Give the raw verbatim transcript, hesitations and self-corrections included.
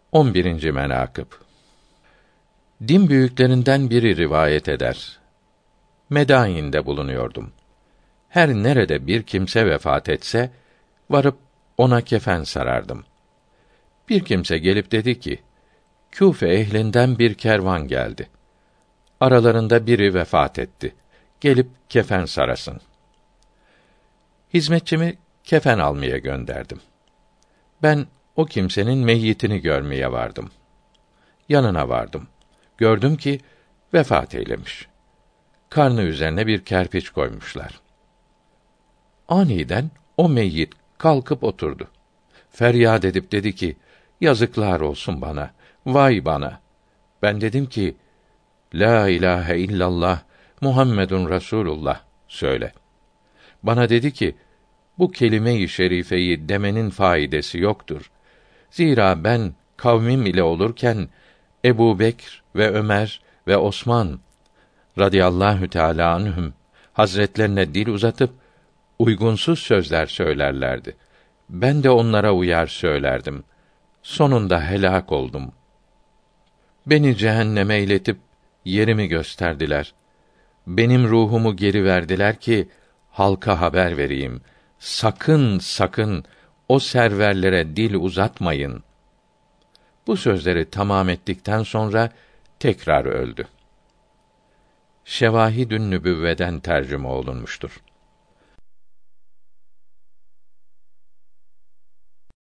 on birinci menakıb. Din büyüklerinden biri rivayet eder. Medain'de bulunuyordum. Her nerede bir kimse vefat etse, varıp ona kefen sarardım. Bir kimse gelip dedi ki, Küfe ehlinden bir kervan geldi. Aralarında biri vefat etti. Gelip kefen sarasın. Hizmetçimi kefen almaya gönderdim. Ben o kimsenin meyyitini görmeye vardım. Yanına vardım. Gördüm ki vefat eylemiş. Karnı üzerine bir kerpiç koymuşlar. Aniden o meyyit kalkıp oturdu. Feryat edip dedi ki, yazıklar olsun bana, vay bana. Ben dedim ki, La ilahe illallah, Muhammedun Resulullah söyle. Bana dedi ki, bu kelime-i şerifeyi demenin faidesi yoktur. Zira ben kavmim ile olurken Ebu Bekr ve Ömer ve Osman radıyallahu teâlâ anhüm hazretlerine dil uzatıp uygunsuz sözler söylerlerdi. Ben de onlara uyar söylerdim. Sonunda helak oldum. Beni cehenneme iletip yerimi gösterdiler. Benim ruhumu geri verdiler ki halka haber vereyim. Sakın sakın o serverlere dil uzatmayın. Bu sözleri tamam ettikten sonra tekrar öldü. Şevahidün Nübüvveden tercüme olunmuştur.